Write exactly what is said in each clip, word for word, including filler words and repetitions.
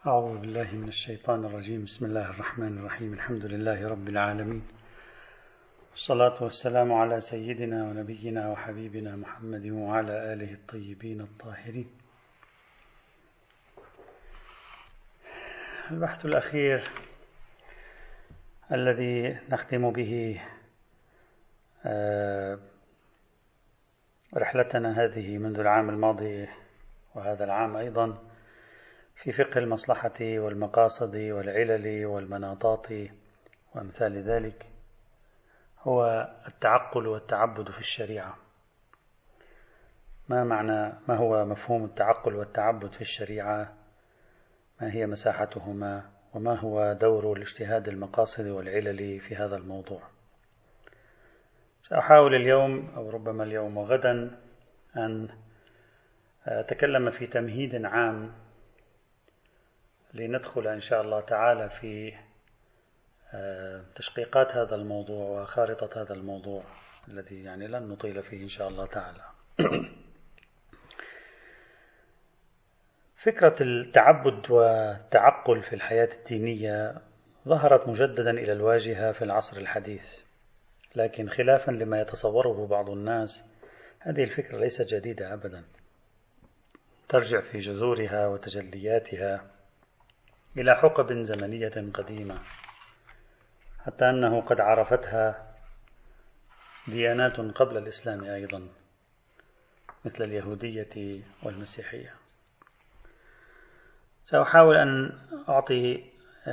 أعوذ بالله من الشيطان الرجيم. بسم الله الرحمن الرحيم. الحمد لله رب العالمين، والصلاة والسلام على سيدنا ونبينا وحبيبنا محمد وعلى آله الطيبين الطاهرين. البحث الأخير الذي نختم به رحلتنا هذه منذ العام الماضي وهذا العام أيضا في فقه المصلحة والمقاصد والعلل والمناطات وأمثال ذلك هو التعقل والتعبد في الشريعة. ما معنى ما هو مفهوم التعقل والتعبد في الشريعة؟ ما هي مساحتهما؟ وما هو دور الاجتهاد المقاصد والعلل في هذا الموضوع؟ سأحاول اليوم أو ربما اليوم وغدا أن أتكلم في تمهيد عام لندخل إن شاء الله تعالى في تشقيقات هذا الموضوع وخارطة هذا الموضوع الذي يعني لن نطيل فيه إن شاء الله تعالى. فكرة التعبد والتعقل في الحياة الدينية ظهرت مجددا إلى الواجهة في العصر الحديث، لكن خلافا لما يتصوره بعض الناس هذه الفكرة ليست جديدة أبدا، ترجع في جذورها وتجلياتها إلى حقب زمنية قديمة، حتى أنه قد عرفتها ديانات قبل الإسلام أيضا مثل اليهودية والمسيحية. سأحاول أن أعطي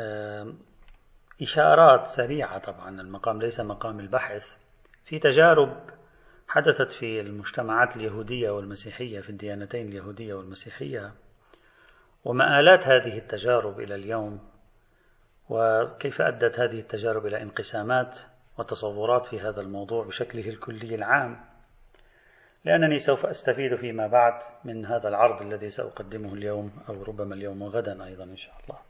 إشارات سريعة، طبعا المقام ليس مقام البحث، في تجارب حدثت في المجتمعات اليهودية والمسيحية، في الديانتين اليهودية والمسيحية، ومآلات هذه التجارب إلى اليوم، وكيف أدت هذه التجارب إلى انقسامات وتصورات في هذا الموضوع بشكله الكلي العام، لأنني سوف أستفيد فيما بعد من هذا العرض الذي سأقدمه اليوم أو ربما اليوم وغدا أيضا إن شاء الله.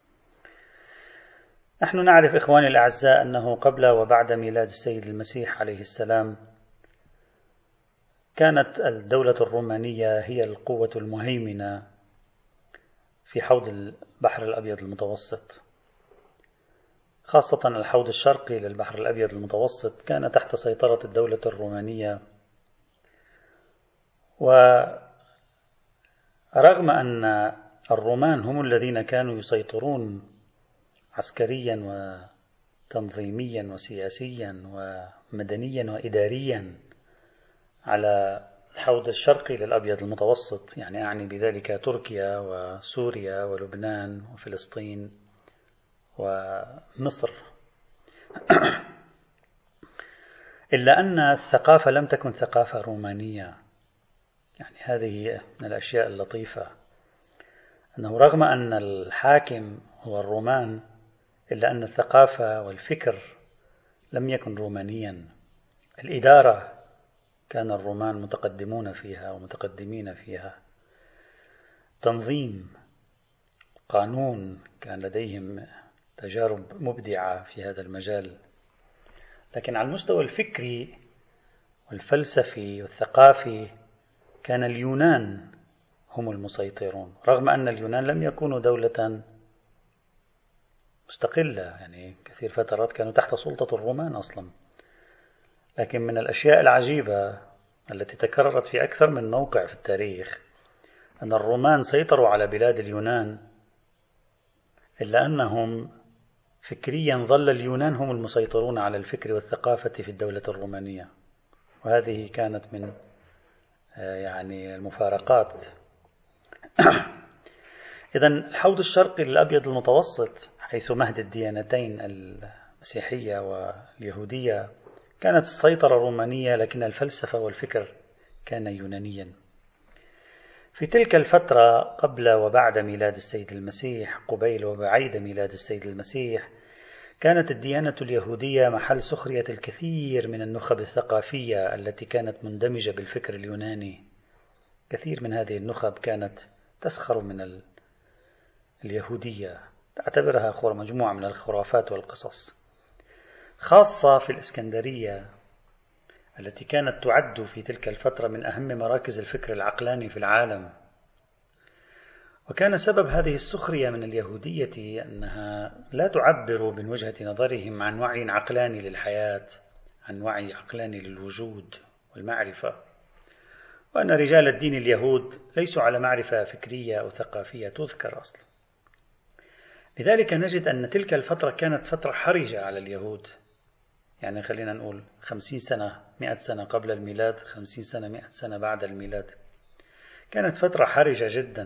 نحن نعرف إخواني الأعزاء أنه قبل وبعد ميلاد السيد المسيح عليه السلام كانت الدولة الرومانية هي القوة المهيمنة في حوض البحر الأبيض المتوسط، خاصة الحوض الشرقي للبحر الأبيض المتوسط كان تحت سيطرة الدولة الرومانية. ورغم أن الرومان هم الذين كانوا يسيطرون عسكريا وتنظيميا وسياسيا ومدنيا وإداريا على الحوض الشرقي للأبيض المتوسط، يعني أعني بذلك تركيا وسوريا ولبنان وفلسطين ومصر، إلا أن الثقافة لم تكن ثقافة رومانية. يعني هذه من الأشياء اللطيفة، أنه رغم أن الحاكم هو الرومان إلا أن الثقافة والفكر لم يكن رومانيا. الإدارة كان الرومان متقدمون فيها ومتقدمين فيها، تنظيم قانون كان لديهم تجارب مبدعة في هذا المجال، لكن على المستوى الفكري والفلسفي والثقافي كان اليونان هم المسيطرون، رغم أن اليونان لم يكونوا دولة مستقلة، يعني كثير فترات كانوا تحت سلطة الرومان أصلا. لكن من الأشياء العجيبة التي تكررت في أكثر من موقع في التاريخ أن الرومان سيطروا على بلاد اليونان، إلا أنهم فكريا ظل اليونان هم المسيطرون على الفكر والثقافة في الدولة الرومانية، وهذه كانت من يعني المفارقات. إذن الحوض الشرقي للأبيض المتوسط حيث مهد الديانتين المسيحية واليهودية كانت السيطرة رومانية، لكن الفلسفة والفكر كان يونانيا. في تلك الفترة قبل وبعد ميلاد السيد المسيح، قبيل وبعيد ميلاد السيد المسيح، كانت الديانة اليهودية محل سخرية الكثير من النخب الثقافية التي كانت مندمجة بالفكر اليوناني. كثير من هذه النخب كانت تسخر من اليهودية، تعتبرها مجموعة من الخرافات والقصص، خاصة في الإسكندرية التي كانت تعد في تلك الفترة من أهم مراكز الفكر العقلاني في العالم. وكان سبب هذه السخرية من اليهودية أنها لا تعبر من وجهة نظرهم عن وعي عقلاني للحياة، عن وعي عقلاني للوجود والمعرفة، وأن رجال الدين اليهود ليسوا على معرفة فكرية أو ثقافية تذكر أصلا. لذلك نجد أن تلك الفترة كانت فترة حرجة على اليهود، يعني خلينا نقول خمسين سنة مئة سنة قبل الميلاد، خمسين سنة مئة سنة بعد الميلاد، كانت فترة حرجة جدا.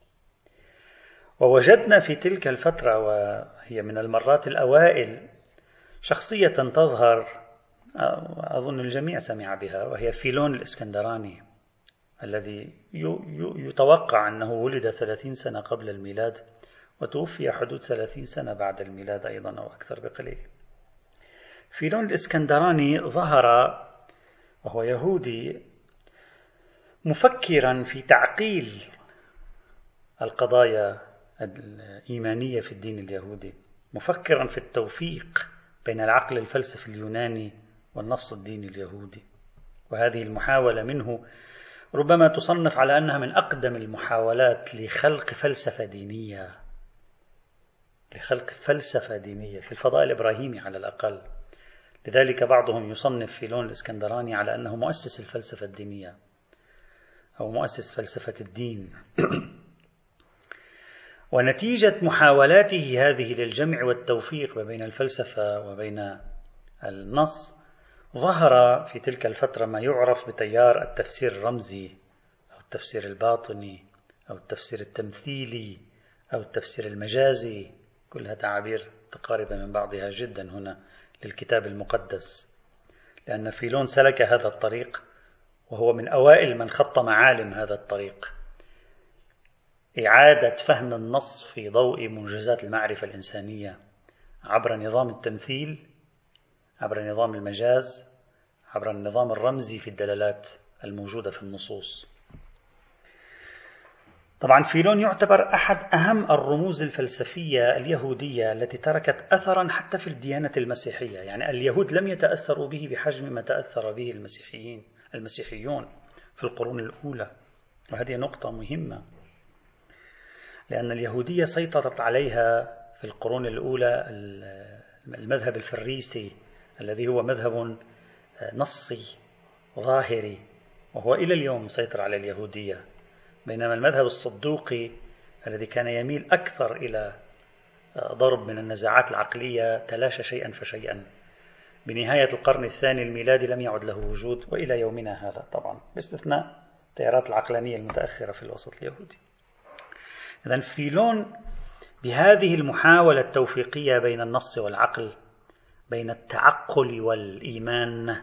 ووجدنا في تلك الفترة، وهي من المرات الأوائل، شخصية تظهر أظن الجميع سمع بها، وهي فيلون الإسكندراني، الذي يتوقع أنه ولد ثلاثين سنة قبل الميلاد وتوفي حدود ثلاثين سنة بعد الميلاد أيضا أو أكثر بقليل. فيلون الإسكندراني ظهر وهو يهودي مفكرا في تعقيل القضايا الإيمانية في الدين اليهودي، مفكرا في التوفيق بين العقل الفلسفي اليوناني والنص الديني اليهودي. وهذه المحاولة منه ربما تصنف على أنها من أقدم المحاولات لخلق فلسفة دينية، لخلق فلسفة دينية في الفضاء الإبراهيمي على الأقل. لذلك بعضهم يصنف فيلون الإسكندراني على أنه مؤسس الفلسفة الدينية أو مؤسس فلسفة الدين. ونتيجة محاولاته هذه للجمع والتوفيق بين الفلسفة وبين النص، ظهر في تلك الفترة ما يعرف بتيار التفسير الرمزي أو التفسير الباطني أو التفسير التمثيلي أو التفسير المجازي، كلها تعابير متقاربة من بعضها جدا هنا للكتاب المقدس، لأن فيلون سلك هذا الطريق وهو من أوائل من خط معالم هذا الطريق، إعادة فهم النص في ضوء منجزات المعرفة الإنسانية عبر نظام التمثيل، عبر نظام المجاز، عبر النظام الرمزي في الدلالات الموجودة في النصوص. طبعا فيلون يعتبر أحد أهم الرموز الفلسفية اليهودية التي تركت أثرا حتى في الديانة المسيحية، يعني اليهود لم يتأثروا به بحجم ما تأثر به المسيحيين المسيحيون في القرون الأولى، وهذه نقطة مهمة، لأن اليهودية سيطرت عليها في القرون الأولى المذهب الفريسي الذي هو مذهب نصي ظاهري، وهو إلى اليوم مسيطر على اليهودية، بينما المذهب الصدوقي الذي كان يميل أكثر إلى ضرب من النزاعات العقلية تلاشى شيئا فشيئا. بنهاية القرن الثاني الميلادي لم يعد له وجود وإلى يومنا هذا، طبعا باستثناء التيارات العقلانية المتأخرة في الوسط اليهودي. إذن فيلون بهذه المحاولة التوفيقية بين النص والعقل، بين التعقل والإيمان،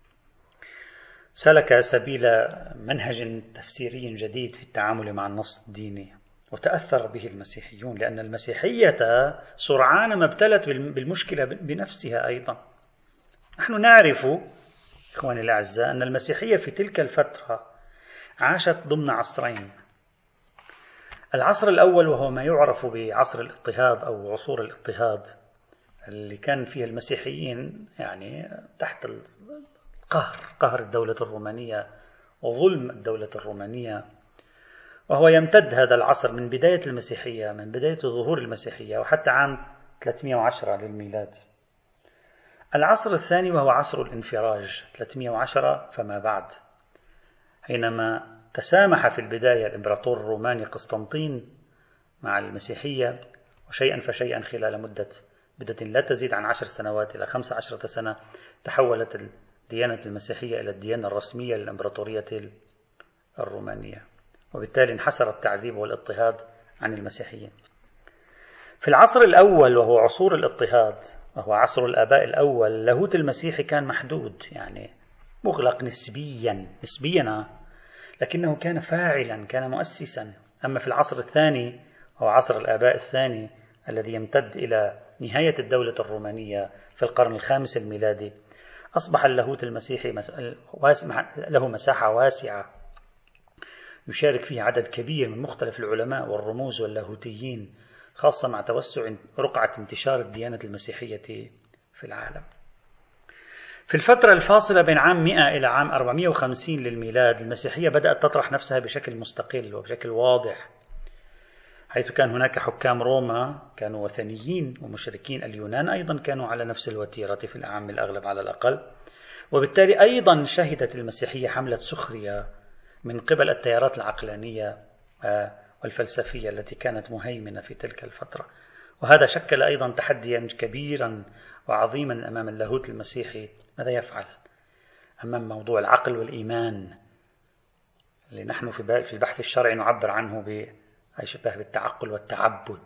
سلك سبيل منهج تفسيري جديد في التعامل مع النص الديني، وتأثر به المسيحيون، لأن المسيحية سرعان ما ابتلت بالمشكلة بنفسها أيضا. نحن نعرف إخواني الأعزاء أن المسيحية في تلك الفترة عاشت ضمن عصرين. العصر الأول وهو ما يعرف بعصر الاضطهاد أو عصور الاضطهاد، اللي كان فيه المسيحيين يعني تحت القهر، قهر الدولة الرومانية وظلم الدولة الرومانية، وهو يمتد هذا العصر من بداية المسيحية، من بداية ظهور المسيحية وحتى عام ثلاثمئة وعشرة للميلاد. العصر الثاني وهو عصر الانفراج ثلاثمئة وعشرة فما بعد، حينما تسامح في البداية الإمبراطور الروماني قسطنطين مع المسيحية، وشيئا فشيئا خلال مدة بدة لا تزيد عن عشر سنوات إلى خمس عشرة سنة تحولت الديانة المسيحية إلى الديانة الرسمية للإمبراطورية الرومانية، وبالتالي انحسر التعذيب والاضطهاد عن المسيحيين. في العصر الأول وهو عصور الاضطهاد، وهو عصر الآباء الأول، اللاهوت المسيحي كان محدود، يعني مغلق نسبيا نسبيا لكنه كان فاعلا، كان مؤسسا. أما في العصر الثاني وهو عصر الآباء الثاني الذي يمتد إلى نهاية الدولة الرومانية في القرن الخامس الميلادي، أصبح اللاهوت المسيحي له مساحة واسعة يشارك فيها عدد كبير من مختلف العلماء والرموز واللاهوتيين، خاصة مع توسع رقعة انتشار الديانة المسيحية في العالم. في الفترة الفاصلة بين عام مئة إلى عام أربعمئة وخمسين للميلاد، المسيحية بدأت تطرح نفسها بشكل مستقل وبشكل واضح، حيث كان هناك حكام روما كانوا وثنيين ومشركين، اليونان أيضا كانوا على نفس الوتيرة في الأعم الأغلب على الأقل، وبالتالي أيضا شهدت المسيحية حملة سخرية من قبل التيارات العقلانية والفلسفية التي كانت مهيمنة في تلك الفترة. وهذا شكل أيضا تحديا كبيرا وعظيما أمام اللاهوت المسيحي. ماذا يفعل أمام موضوع العقل والإيمان اللي نحن في البحث الشرعي نعبر عنه بشبه بالتعقل والتعبد؟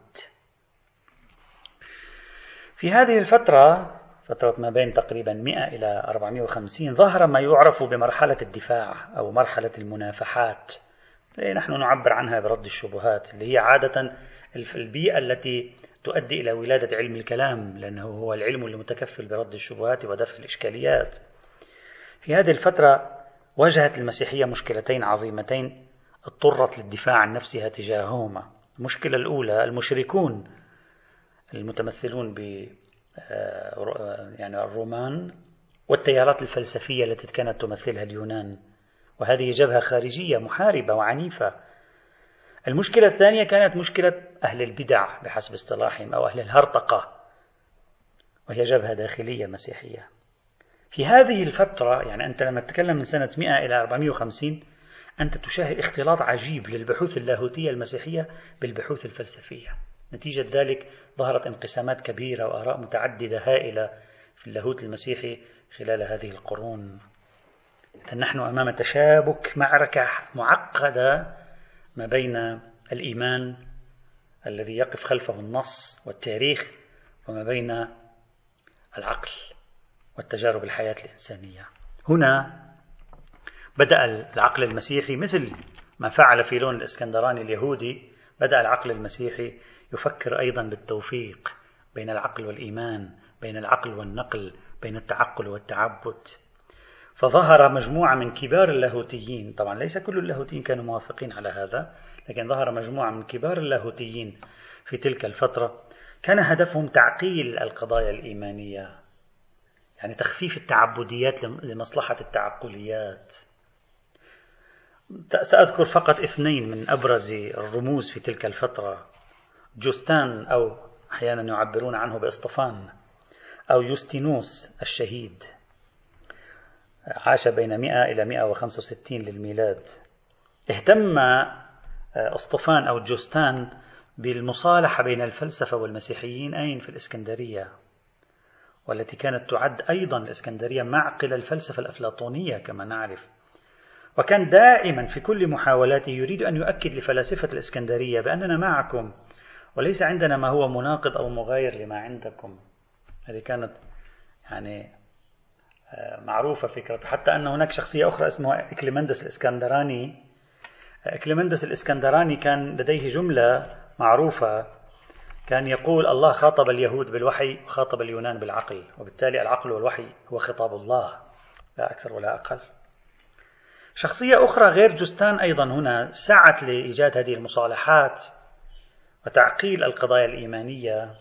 في هذه الفترة، فترة ما بين تقريبا مئة إلى أربعمئة وخمسين، ظهر ما يعرف بمرحلة الدفاع أو مرحلة المنافحات، نحن نعبر عنها برد الشبهات، اللي هي عادة البيئة التي تؤدي إلى ولادة علم الكلام، لأنه هو العلم المتكفل برد الشبهات ودفع الإشكاليات. في هذه الفترة واجهت المسيحية مشكلتين عظيمتين اضطرت للدفاع عن نفسها تجاههما. المشكلة الأولى المشركون المتمثلون ب يعني الرومان والتيارات الفلسفية التي كانت تمثلها اليونان، وهذه جبهة خارجية محاربة وعنيفة. المشكلة الثانية كانت مشكلة أهل البدع بحسب اصطلاحهم أو أهل الهرطقة، وهي جبهة داخلية مسيحية. في هذه الفترة، يعني أنت لما تتكلم من سنة مئة إلى أربعمئة وخمسين، أنت تشاهد اختلاط عجيب للبحوث اللاهوتية المسيحية بالبحوث الفلسفية. نتيجة ذلك ظهرت انقسامات كبيرة وآراء متعددة هائلة في اللاهوت المسيحي خلال هذه القرون. نحن أمام تشابك معركة معقدة ما بين الإيمان الذي يقف خلفه النص والتاريخ، وما بين العقل والتجارب الحياة الإنسانية. هنا بدأ العقل المسيحي مثل ما فعل فيلون الإسكندراني اليهودي، بدأ العقل المسيحي يفكر أيضا بالتوفيق بين العقل والإيمان، بين العقل والنقل، بين التعقل والتعبد. فظهر مجموعة من كبار اللاهوتيين، طبعا ليس كل اللاهوتيين كانوا موافقين على هذا، لكن ظهر مجموعة من كبار اللاهوتيين في تلك الفترة كان هدفهم تعقيل القضايا الإيمانية، يعني تخفيف التعبديات لمصلحة التعقليات. سأذكر فقط اثنين من أبرز الرموز في تلك الفترة: جوستان أو أحيانا يعبرون عنه بإسطفان، أو يوستينوس الشهيد، عاش بين مئة إلى مئة وخمسة وستين للميلاد. اهتم اسطفان أو جوستان بالمصالحة بين الفلسفة والمسيحيين أين في الإسكندرية، والتي كانت تعد أيضا الإسكندرية معقل الفلسفة الأفلاطونية كما نعرف. وكان دائما في كل محاولاته يريد أن يؤكد لفلاسفة الإسكندرية بأننا معكم وليس عندنا ما هو مناقض أو مغاير لما عندكم. هذه كانت يعني معروفة فكرة. حتى أن هناك شخصية أخرى اسمها إكليمندس الإسكندراني. إكليمندس الإسكندراني كان لديه جملة معروفة، كان يقول: الله خاطب اليهود بالوحي وخاطب اليونان بالعقل، وبالتالي العقل والوحي هو خطاب الله لا أكثر ولا أقل. شخصية أخرى غير جوستان أيضا هنا سعت لإيجاد هذه المصالحات وتعقيل القضايا الإيمانية،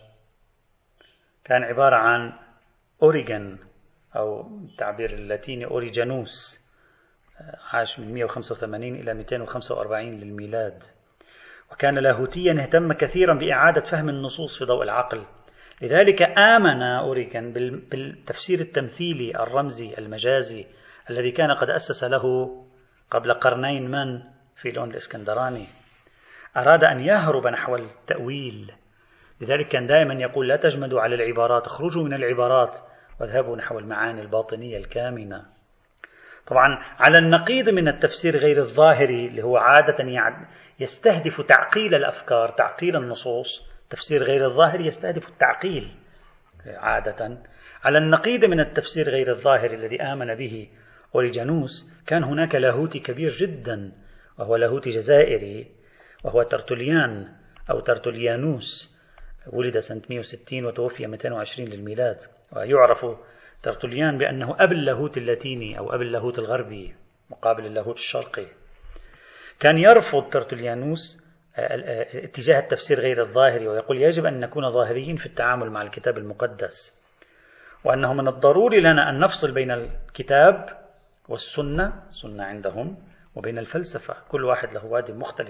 كان عبارة عن أوريغان أو التعبير اللاتيني أوريجانوس، عاش من مئة وخمسة وثمانين إلى مئتين وخمسة وأربعين للميلاد، وكان لاهوتيا اهتم كثيرا بإعادة فهم النصوص في ضوء العقل. لذلك آمن أوريغان بالتفسير التمثيلي الرمزي المجازي الذي كان قد أسس له قبل قرنين من فيلون الإسكندراني. أراد أن يهرب نحو التأويل، لذلك كان دائما يقول: لا تجمدوا على العبارات، اخرجوا من العبارات واذهبوا نحو المعاني الباطنية الكامنة. طبعا على النقيض من التفسير غير الظاهري اللي هو عادة يستهدف تعقيل الأفكار، تعقيل النصوص، تفسير غير الظاهري يستهدف التعقيل عادة. على النقيض من التفسير غير الظاهري الذي آمن به أوريجانوس، كان هناك لاهوتي كبير جدا وهو لاهوتي جزائري، وهو ترتوليان أو ترتوليانوس، ولد سنة مئة وستين وتوفي مئتين وعشرين للميلاد. ويعرف ترتوليان بأنه أب اللاهوت اللاتيني أو أب اللاهوت الغربي مقابل اللاهوت الشرقي. كان يرفض ترتوليانوس اتجاه التفسير غير الظاهري، ويقول يجب أن نكون ظاهريين في التعامل مع الكتاب المقدس، وأنه من الضروري لنا أن نفصل بين الكتاب والسنة، سنة عندهم، وبين الفلسفة، كل واحد له وادي مختلف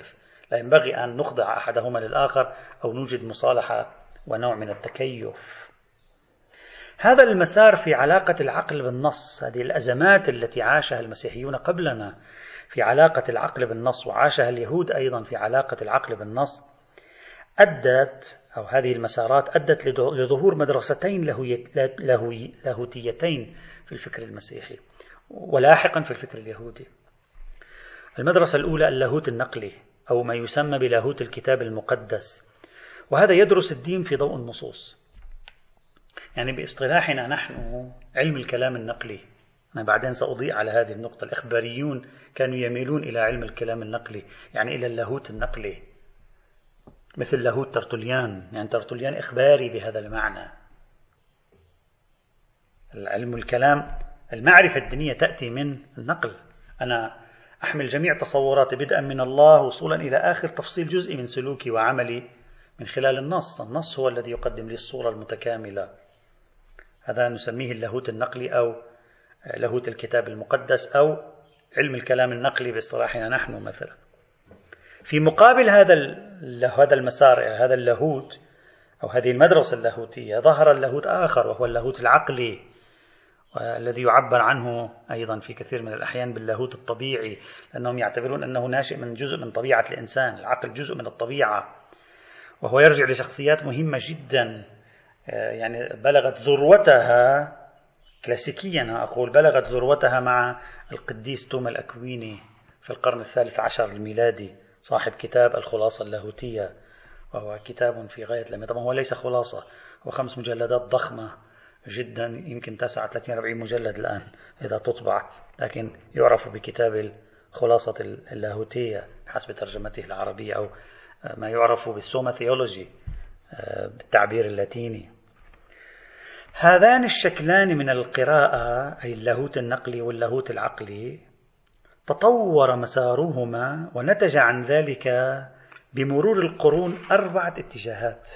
لا ينبغي أن نخضع أحدهما للآخر أو نوجد مصالحة ونوع من التكيف. هذا المسار في علاقة العقل بالنص، هذه الأزمات التي عاشها المسيحيون قبلنا في علاقة العقل بالنص وعاشها اليهود أيضا في علاقة العقل بالنص، أدت أو هذه المسارات أدت لظهور مدرستين لاهوتيتين في الفكر المسيحي ولاحقا في الفكر اليهودي. المدرسة الأولى اللاهوت النقلي أو ما يسمى بلاهوت الكتاب المقدس، وهذا يدرس الدين في ضوء النصوص، يعني باصطلاحنا نحن علم الكلام النقلي. أنا بعدين سأضيء على هذه النقطة. الإخباريون كانوا يميلون إلى علم الكلام النقلي، يعني إلى اللاهوت النقلي، مثل لاهوت ترتوليان، يعني ترتوليان إخباري بهذا المعنى. العلم الكلام، المعرفة الدينية تأتي من النقل. أنا أحمل جميع تصوراتي بدءا من الله وصولا إلى آخر تفصيل جزئي من سلوكي وعملي من خلال النص. النص هو الذي يقدم لي الصورة المتكاملة. هذا نسميه اللاهوت النقلي أو لاهوت الكتاب المقدس أو علم الكلام النقلي باصطلاحنا نحن مثلا. في مقابل هذا هذا المسار، هذا اللاهوت أو هذه المدرسة اللاهوتية، ظهر اللاهوت آخر وهو اللاهوت العقلي، والذي يعبر عنه أيضا في كثير من الأحيان باللاهوت الطبيعي، لأنهم يعتبرون أنه ناشئ من جزء من طبيعة الإنسان. العقل جزء من الطبيعة، وهو يرجع لشخصيات مهمة جدا، يعني بلغت ذروتها كلاسيكيا أقول بلغت ذروتها مع القديس توما الأكويني في القرن الثالث عشر الميلادي، صاحب كتاب الخلاصة اللاهوتية، وهو كتاب في غاية الأهمية. طبعا هو ليس خلاصة، هو خمس مجلدات ضخمة جدا، يمكن تسعة ثلاثين أربعين مجلد الآن إذا تطبع، لكن يعرف بكتاب الخلاصة اللاهوتية حسب ترجمته العربية، أو ما يعرف بالسوما ثيولوجي بالتعبير اللاتيني. هذان الشكلان من القراءة، أي اللاهوت النقلي واللاهوت العقلي، تطور مسارهما ونتج عن ذلك بمرور القرون أربعة اتجاهات.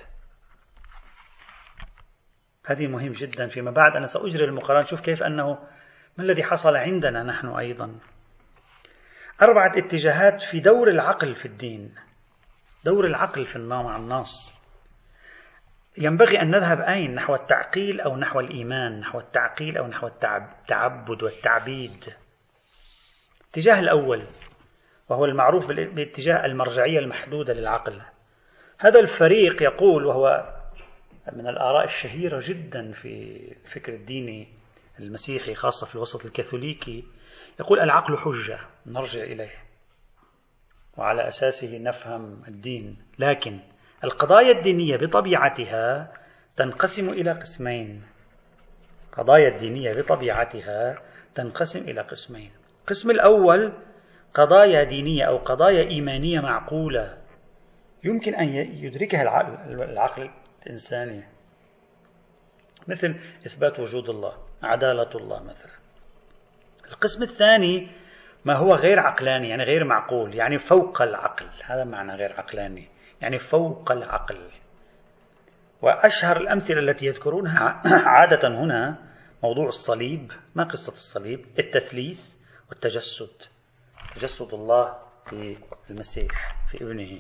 هذه مهم جدا فيما بعد. أنا سأجري المقارنة، شوف كيف أنه ما الذي حصل عندنا نحن أيضا. أربعة اتجاهات في دور العقل في الدين، دور العقل في مع النص. ينبغي أن نذهب أين؟ نحو التعقيل أو نحو الإيمان، نحو التعقيل أو نحو التعبد والتعبيد. الاتجاه الأول وهو المعروف باتجاه المرجعية المحدودة للعقل. هذا الفريق يقول، وهو من الآراء الشهيرة جدا في الفكر الديني المسيحي خاصة في الوسط الكاثوليكي، يقول العقل حجة نرجع إليه وعلى أساسه نفهم الدين. لكن القضايا الدينية بطبيعتها تنقسم إلى قسمين. قضايا الدينية بطبيعتها تنقسم إلى قسمين. القسم الأول قضايا دينية أو قضايا إيمانية معقولة يمكن أن يدركها العقل, العقل الإنساني، مثل إثبات وجود الله، عدالة الله مثلا. القسم الثاني ما هو غير عقلاني، يعني غير معقول، يعني فوق العقل. هذا معنى غير عقلاني، يعني فوق العقل. وأشهر الأمثلة التي يذكرونها عادة هنا موضوع الصليب. ما قصة الصليب؟ التثليث والتجسد، تجسد الله في المسيح في ابنه.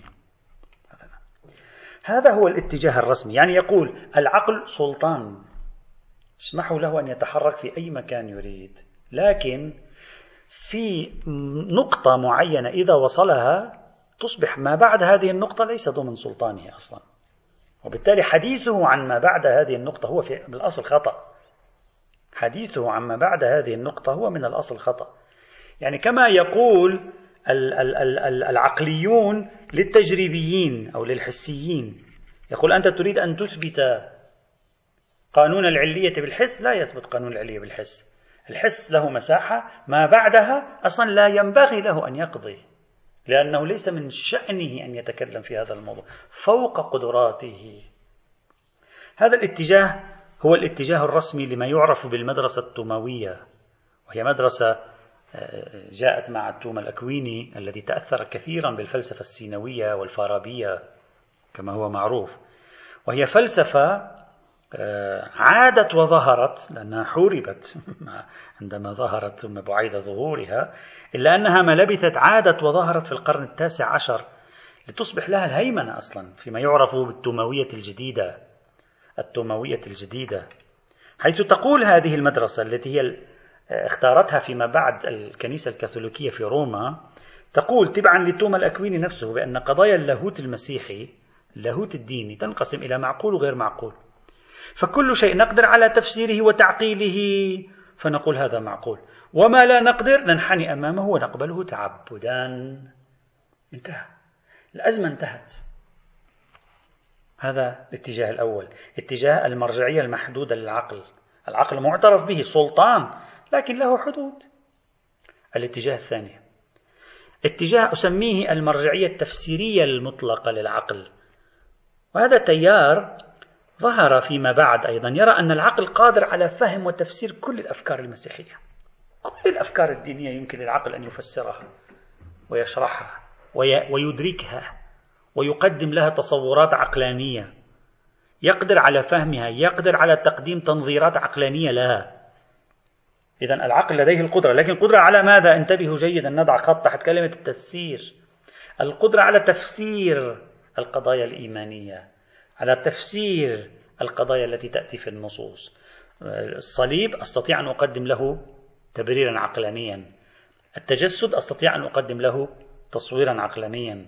هذا هو الاتجاه الرسمي، يعني يقول العقل سلطان اسمحوا له أن يتحرك في أي مكان يريد، لكن في نقطة معينة إذا وصلها تصبح ما بعد هذه النقطة ليس ضمن سلطانه أصلا، وبالتالي حديثه عن ما بعد هذه النقطة هو في بالأصل خطأ. حديثه عن ما بعد هذه النقطة هو من الأصل خطأ. يعني كما يقول العقليون للتجريبيين أو للحسيين، يقول أنت تريد أن تثبت قانون العلية بالحس، لا يثبت قانون العلية بالحس. الحس له مساحة، ما بعدها أصلا لا ينبغي له أن يقضي، لأنه ليس من شأنه أن يتكلم في هذا الموضوع، فوق قدراته. هذا الاتجاه هو الاتجاه الرسمي لما يعرف بالمدرسة التوموية، وهي مدرسة جاءت مع توما الأكويني الذي تأثر كثيرا بالفلسفة السينوية والفارابية كما هو معروف. وهي فلسفة عادت وظهرت لأنها حوربت عندما ظهرت ثم بعيد ظهورها، إلا أنها ما لبثت عادت وظهرت في القرن التاسع عشر لتصبح لها الهيمنة أصلا فيما يعرف بالتوموية الجديدة. التوموية الجديدة حيث تقول هذه المدرسة التي هي اختارتها فيما بعد الكنيسة الكاثوليكية في روما، تقول تبعا لتوما الأكويني نفسه بأن قضايا اللاهوت المسيحي، اللاهوت الديني، تنقسم إلى معقول وغير معقول، فكل شيء نقدر على تفسيره وتعقيله فنقول هذا معقول، وما لا نقدر ننحني أمامه ونقبله تعبدا. انتهى، الأزمة انتهت. هذا الاتجاه الأول، اتجاه المرجعية المحدودة للعقل. العقل معترف به، سلطان، لكن له حدود. الاتجاه الثاني اتجاه أسميه المرجعية التفسيرية المطلقة للعقل، وهذا تيار ظهر فيما بعد أيضا يرى أن العقل قادر على فهم وتفسير كل الأفكار المسيحية. كل الأفكار الدينية يمكن للعقل أن يفسرها ويشرحها ويدركها ويقدم لها تصورات عقلانية، يقدر على فهمها، يقدر على تقديم تنظيرات عقلانية لها. إذن العقل لديه القدرة، لكن قدرة على ماذا؟ انتبهوا جيدا، نضع خط تحت كلمة التفسير. القدرة على تفسير القضايا الإيمانية، على تفسير القضايا التي تأتي في النصوص. الصليب أستطيع أن أقدم له تبريرا عقلانيا، التجسد أستطيع أن أقدم له تصويرا عقلانيا،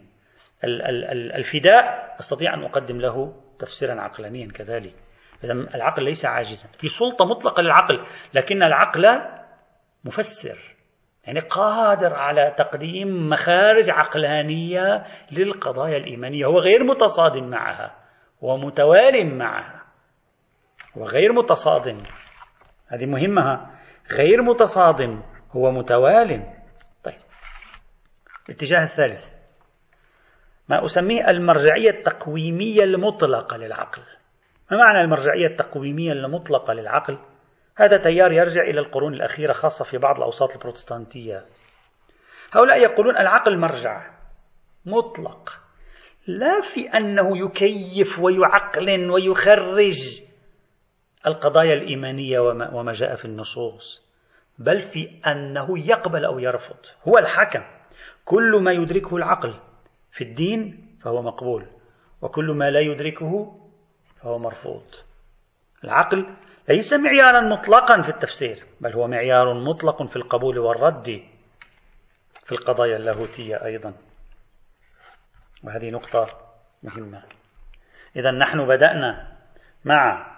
الفداء أستطيع أن أقدم له تفسيرا عقلانيا كذلك. إذا العقل ليس عاجزا، في سلطة مطلقة للعقل، لكن العقل مفسر، يعني قادر على تقديم مخارج عقلانية للقضايا الإيمانية، هو غير متصادم معها ومتوال معها، وغير متصادم، هذه مهمة، غير متصادم، هو متوال. طيب، الاتجاه الثالث ما أسميه المرجعية التقويمية المطلقة للعقل. ما معنى المرجعية التقويمية المطلقة للعقل؟ هذا تيار يرجع إلى القرون الأخيرة، خاصة في بعض الأوساط البروتستانتية. هؤلاء يقولون العقل مرجع مطلق، لا في أنه يكيف ويعقل ويخرج القضايا الإيمانية وما جاء في النصوص، بل في أنه يقبل أو يرفض، هو الحكم. كل ما يدركه العقل في الدين فهو مقبول، وكل ما لا يدركه فهو مرفوض. العقل ليس معيارا مطلقا في التفسير، بل هو معيار مطلق في القبول والرد في القضايا اللاهوتية أيضا، وهذه نقطة مهمة. إذا نحن بدأنا مع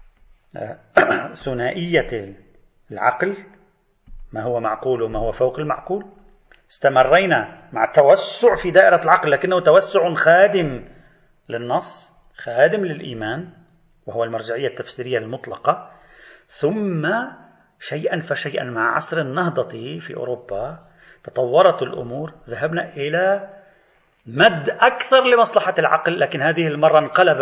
ثنائية العقل، ما هو معقول وما هو فوق المعقول، استمرينا مع توسع في دائرة العقل، لكنه توسع خادم للنص، خادم للإيمان، وهو المرجعية التفسيرية المطلقة. ثم شيئا فشيئا مع عصر النهضة في أوروبا تطورت الأمور، ذهبنا إلى مد أكثر لمصلحة العقل، لكن هذه المرة انقلب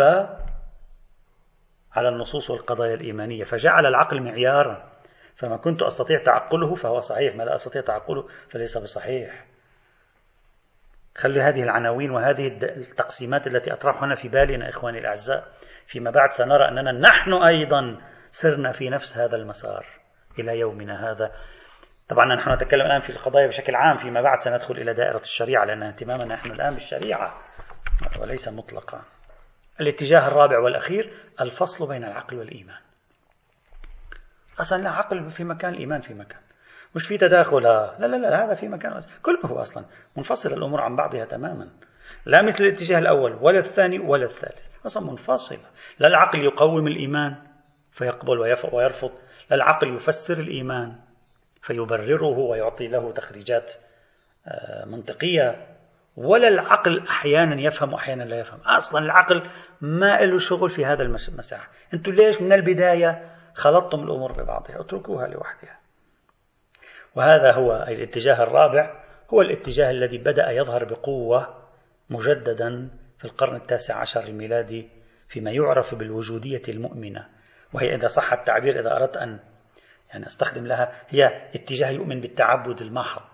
على النصوص والقضايا الإيمانية، فجعل العقل معيارا، فما كنت أستطيع تعقله فهو صحيح، ما لا أستطيع تعقله فليس بصحيح. خلي هذه العناوين وهذه التقسيمات التي أطرحها هنا في بالنا إخواني الأعزاء، فيما بعد سنرى أننا نحن أيضا سرنا في نفس هذا المسار إلى يومنا هذا. طبعا نحن نتكلم الآن في القضايا بشكل عام، فيما بعد سندخل إلى دائرة الشريعة، لأن اهتمامنا نحن الآن بالشريعة وليس مطلقا. الاتجاه الرابع والأخير الفصل بين العقل والإيمان. أصلا لا عقل في مكان، الإيمان في مكان، مش في تداخل، لا لا لا، هذا في مكان، كله هو أصلا منفصل الأمور عن بعضها تماما، لا مثل الاتجاه الأول ولا الثاني ولا الثالث، أصلا منفصلة. لا العقل يقوم الإيمان فيقبل ويرفض، لا العقل يفسر الإيمان فيبرره ويعطي له تخريجات منطقية، ولا العقل أحيانا يفهم وأحيانا لا يفهم. أصلا العقل ما له شغل في هذا المساحة. أنتم ليش من البداية خلطتم الأمور ببعضها؟ اتركوها لوحدها. وهذا هو الاتجاه الرابع، هو الاتجاه الذي بدأ يظهر بقوة مجددا في القرن التاسع عشر الميلادي فيما يعرف بالوجودية المؤمنة، وهي إذا صح التعبير، إذا أردت أن يعني أستخدم لها، هي اتجاه يؤمن بالتعبد المحض.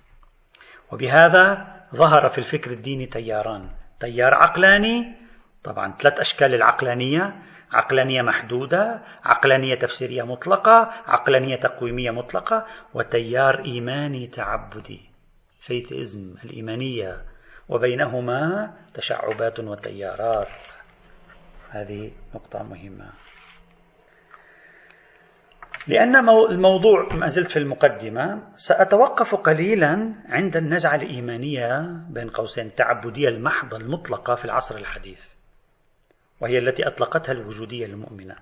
وبهذا ظهر في الفكر الديني تياران: تيار عقلاني، طبعا ثلاث أشكال العقلانية: عقلانية محدودة، عقلانية تفسيرية مطلقة، عقلانية تقويمية مطلقة، وتيار إيماني تعبدي، فيثيزم، الإيمانية، وبينهما تشعبات وتيارات. هذه نقطة مهمة. لأن الموضوع ما زلت في المقدمة، سأتوقف قليلا عند النزعة الإيمانية بين قوسين التعبدية المحضة المطلقة في العصر الحديث، وهي التي أطلقتها الوجودية المؤمنة.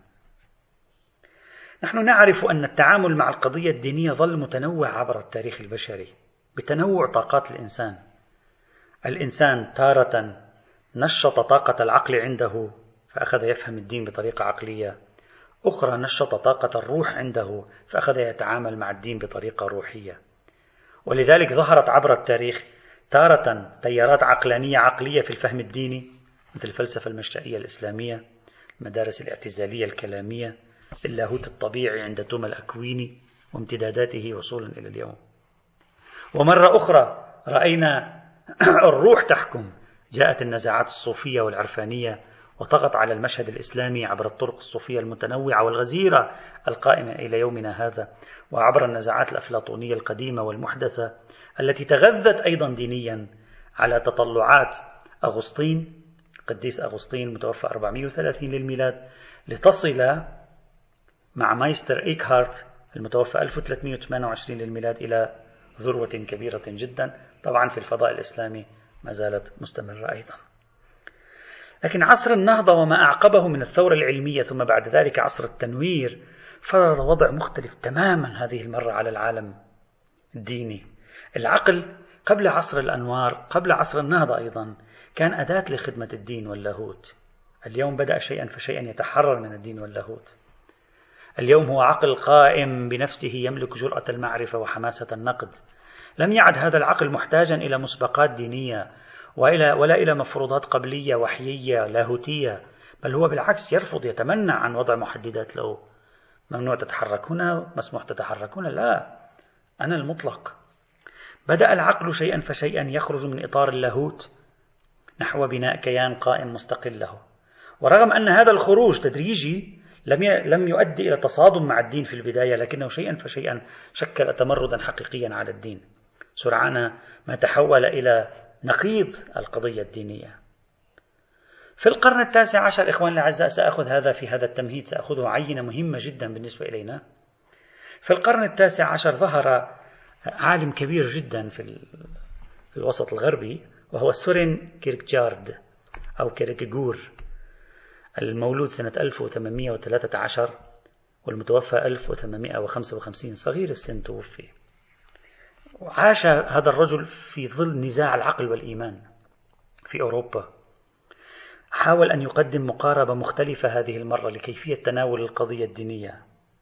نحن نعرف أن التعامل مع القضية الدينية ظل متنوع عبر التاريخ البشري بتنوع طاقات الإنسان. الإنسان تارة نشط طاقة العقل عنده فأخذ يفهم الدين بطريقة عقلية، أخرى نشط طاقة الروح عنده فأخذ يتعامل مع الدين بطريقة روحية. ولذلك ظهرت عبر التاريخ تارة تيارات عقلانية عقلية في الفهم الديني مثل الفلسفة المشتئية الإسلامية، المدارس الاعتزالية الكلامية، اللاهوت الطبيعي عند توما الأكويني وامتداداته وصولا إلى اليوم. ومرة أخرى رأينا الروح تحكم، جاءت النزاعات الصوفية والعرفانية وطغت على المشهد الإسلامي عبر الطرق الصوفية المتنوعة والغزيرة القائمة إلى يومنا هذا، وعبر النزاعات الأفلاطونية القديمة والمحدثة التي تغذت أيضا دينيا على تطلعات أغسطين، قديس أغسطين المتوفى أربعمائة وثلاثين للميلاد، لتصل مع مايستر إيكهارت المتوفى ألف وثلاثمائة وثمانية وعشرين للميلاد إلى ذروة كبيرة جدا. طبعا في الفضاء الإسلامي ما زالت مستمرة أيضا. لكن عصر النهضة وما أعقبه من الثورة العلمية ثم بعد ذلك عصر التنوير فرض وضع مختلف تماما هذه المرة على العالم الديني. العقل قبل عصر الأنوار، قبل عصر النهضة أيضا، كان أداة لخدمة الدين واللاهوت. اليوم بدأ شيئا فشيئا يتحرر من الدين واللاهوت. اليوم هو عقل قائم بنفسه يملك جرأة المعرفة وحماسة النقد. لم يعد هذا العقل محتاجا إلى مسبقات دينية وإلى ولا إلى مفروضات قبلية وحيية لاهوتية، بل هو بالعكس يرفض، يتمنع عن وضع محددات له. ممنوع تتحرك هنا، مسموح تتحرك هنا، لا، أنا المطلق. بدأ العقل شيئا فشيئا يخرج من إطار اللاهوت نحو بناء كيان قائم مستقل له. ورغم أن هذا الخروج تدريجي لم لم يؤدي إلى تصادم مع الدين في البداية، لكنه شيئا فشيئا شكل تمردا حقيقيا على الدين، سرعان ما تحول إلى نقيض القضية الدينية. في القرن التاسع عشر إخواني الأعزاء، سأخذ هذا في هذا التمهيد، سأخذه عينة مهمة جدا بالنسبة إلينا. في القرن التاسع عشر ظهر عالم كبير جدا في الوسط الغربي، وهو سورين كيركجارد أو كيركجور، المولود سنة ألف وثمانمائة وثلاثة عشر والمتوفى ألف وثمانمائة وخمسة وخمسين، صغير السن توفي. وعاش هذا الرجل في ظل نزاع العقل والإيمان في أوروبا. حاول أن يقدم مقاربة مختلفة هذه المرة لكيفية تناول القضية الدينية.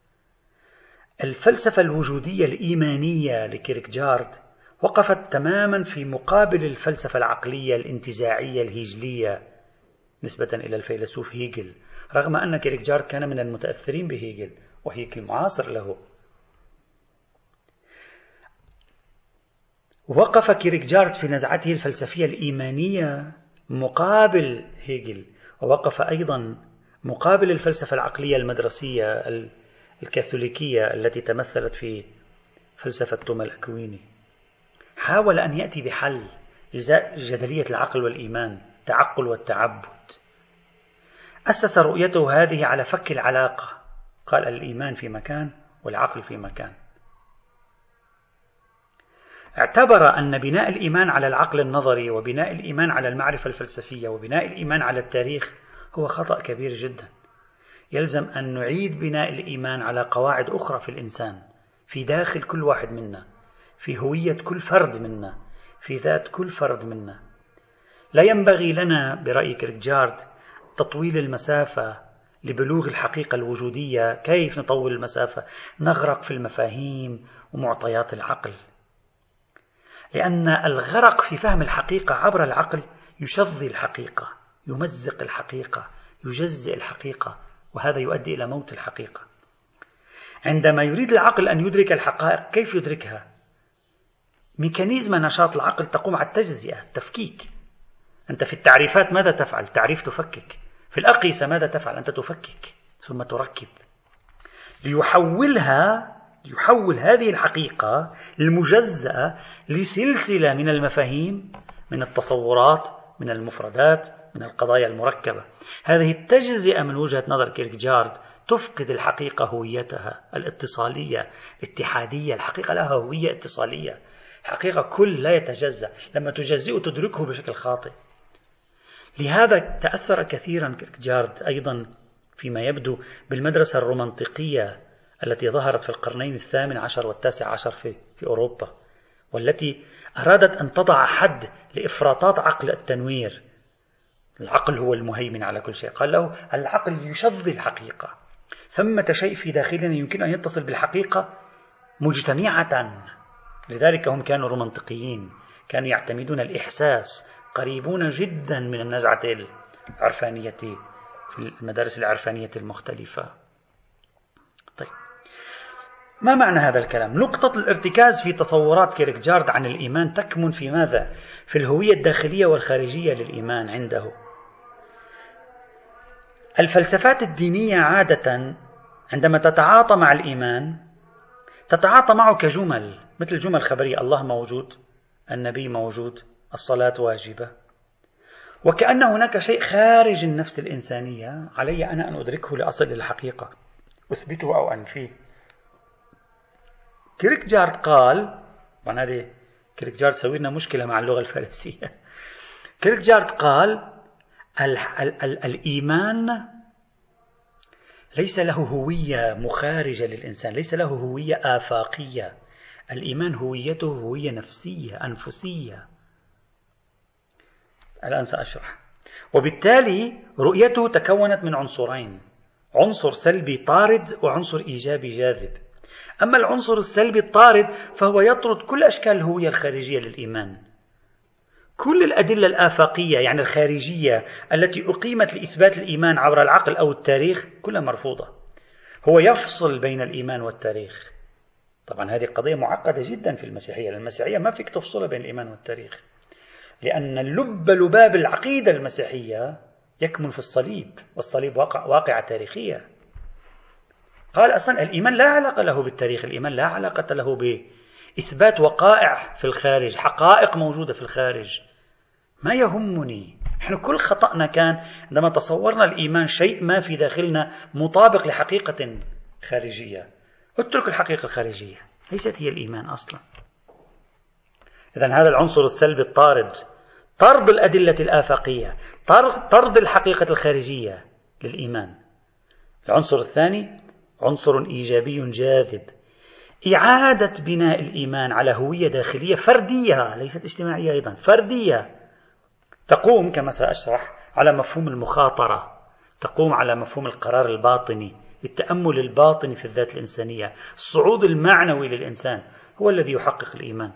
الفلسفة الوجودية الإيمانية لكيركجارد وقفت تماما في مقابل الفلسفة العقلية الانتزاعية الهيجلية نسبة إلى الفيلسوف هيجل، رغم أن كيركجارد كان من المتأثرين بهيجل وهيجل معاصر له. وقف كيركجارد في نزعته الفلسفية الإيمانية مقابل هيجل، ووقف أيضا مقابل الفلسفة العقلية المدرسية الكاثوليكية التي تمثلت في فلسفة توما الأكويني. حاول أن يأتي بحل لجدلية العقل والإيمان، التعقل والتعبد. أسس رؤيته هذه على فك العلاقة، قال الإيمان في مكان والعقل في مكان. اعتبر أن بناء الإيمان على العقل النظري وبناء الإيمان على المعرفة الفلسفية وبناء الإيمان على التاريخ هو خطأ كبير جدا. يلزم أن نعيد بناء الإيمان على قواعد أخرى في الإنسان، في داخل كل واحد منا، في هوية كل فرد منا، في ذات كل فرد منا. لا ينبغي لنا برأي كيركجارد تطويل المسافة لبلوغ الحقيقة الوجودية. كيف نطول المسافة؟ نغرق في المفاهيم ومعطيات العقل، لأن الغرق في فهم الحقيقة عبر العقل يشظي الحقيقة، يمزق الحقيقة، يجزئ الحقيقة، وهذا يؤدي إلى موت الحقيقة. عندما يريد العقل أن يدرك الحقائق، كيف يدركها؟ ميكانيزم نشاط العقل تقوم على التجزئة، التفكيك. أنت في التعريفات ماذا تفعل؟ تعريف تفكك. في الأقيسة ماذا تفعل؟ أنت تفكك ثم تركب ليحولها يحول هذه الحقيقة المجزأة لسلسلة من المفاهيم من التصورات، من المفردات، من القضايا المركبة. هذه التجزئة من وجهة نظر كيركجارد تفقد الحقيقة هويتها الاتصالية الاتحادية. الحقيقة لها هوية اتصالية، حقيقة كل لا يتجزأ، لما تجزئه تدركه بشكل خاطئ. لهذا تأثر كثيرا كيركجارد أيضا فيما يبدو بالمدرسة الرومانطيقية التي ظهرت في القرنين الثامن عشر والتاسع عشر في, في أوروبا، والتي أرادت أن تضع حد لإفراطات عقل التنوير. العقل هو المهيمن على كل شيء، قال له العقل يشظي الحقيقة، ثمة شيء في داخلنا يمكن أن يتصل بالحقيقة مجتمعة. لذلك هم كانوا رومانطيقيين، كانوا يعتمدون الإحساس، قريبون جدا من النزعة العرفانية في المدارس العرفانية المختلفة. طيب، ما معنى هذا الكلام؟ نقطة الارتكاز في تصورات كيركجارد عن الإيمان تكمن في ماذا؟ في الهوية الداخلية والخارجية للإيمان عنده. الفلسفات الدينية عادة عندما تتعاطى مع الإيمان تتعاطى معه كجمل، مثل جمل خبرية: الله موجود، النبي موجود، الصلاة واجبة، وكأن هناك شيء خارج النفس الإنسانية علي أنا أن أدركه لأصل الحقيقة، أثبته أو أنفيه. كيركجارد قال، وانا هذه كيركجارد سوي لنا مشكلة مع اللغة الفارسية. كيركجارد قال ال ال ال الإيمان ليس له هوية مخارجة للإنسان، ليس له هوية آفاقية. الإيمان هويته هوية نفسية أنفسية. الآن سأشرح. وبالتالي رؤيته تكونت من عنصرين: عنصر سلبي طارد وعنصر إيجابي جاذب. أما العنصر السلبي الطارد فهو يطرد كل أشكال الهوية الخارجية للإيمان. كل الأدلة الآفاقية يعني الخارجية التي أقيمت لإثبات الإيمان عبر العقل أو التاريخ كلها مرفوضة. هو يفصل بين الإيمان والتاريخ. طبعا هذه قضية معقدة جدا في المسيحية، لأن المسيحية ما فيك تفصلها بين الإيمان والتاريخ، لأن اللب لباب العقيدة المسيحية يكمن في الصليب، والصليب واقع واقعة تاريخية. قال أصلا الإيمان لا علاقة له بالتاريخ، الإيمان لا علاقة له بإثبات وقائع في الخارج، حقائق موجودة في الخارج. ما يهمني، نحن كل خطأنا كان عندما تصورنا الإيمان شيء ما في داخلنا مطابق لحقيقة خارجية. اترك الحقيقة الخارجية، ليست هي الإيمان أصلا. إذن هذا العنصر السلبي الطارد، طرد الأدلة الآفاقية، طرد الحقيقة الخارجية للإيمان. العنصر الثاني عنصر إيجابي جاذب، إعادة بناء الإيمان على هوية داخلية فردية ليست اجتماعية، أيضا فردية، تقوم كما سأشرح على مفهوم المخاطرة، تقوم على مفهوم القرار الباطني، التأمل الباطني في الذات الإنسانية، الصعود المعنوي للإنسان هو الذي يحقق الإيمان.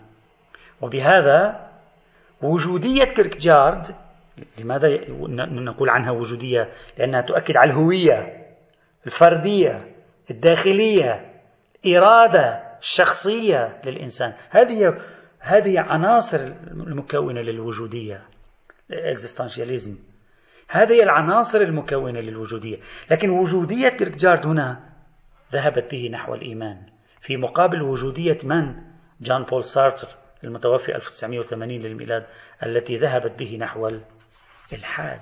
وبهذا وجودية كيركجارد، لماذا نقول عنها وجودية؟ لأنها تؤكد على الهوية الفردية الداخلية، إرادة الشخصية للإنسان. هذه هذه عناصر المكونة للوجودية، الاكزيستانشياليزم. هذه العناصر المكونة للوجودية. لكن وجودية كيركجارد هنا ذهبت به نحو الإيمان، في مقابل وجودية من؟ جان بول سارتر المتوفي ألف وتسعمائة وثمانين للميلاد، التي ذهبت به نحو الإلحاد.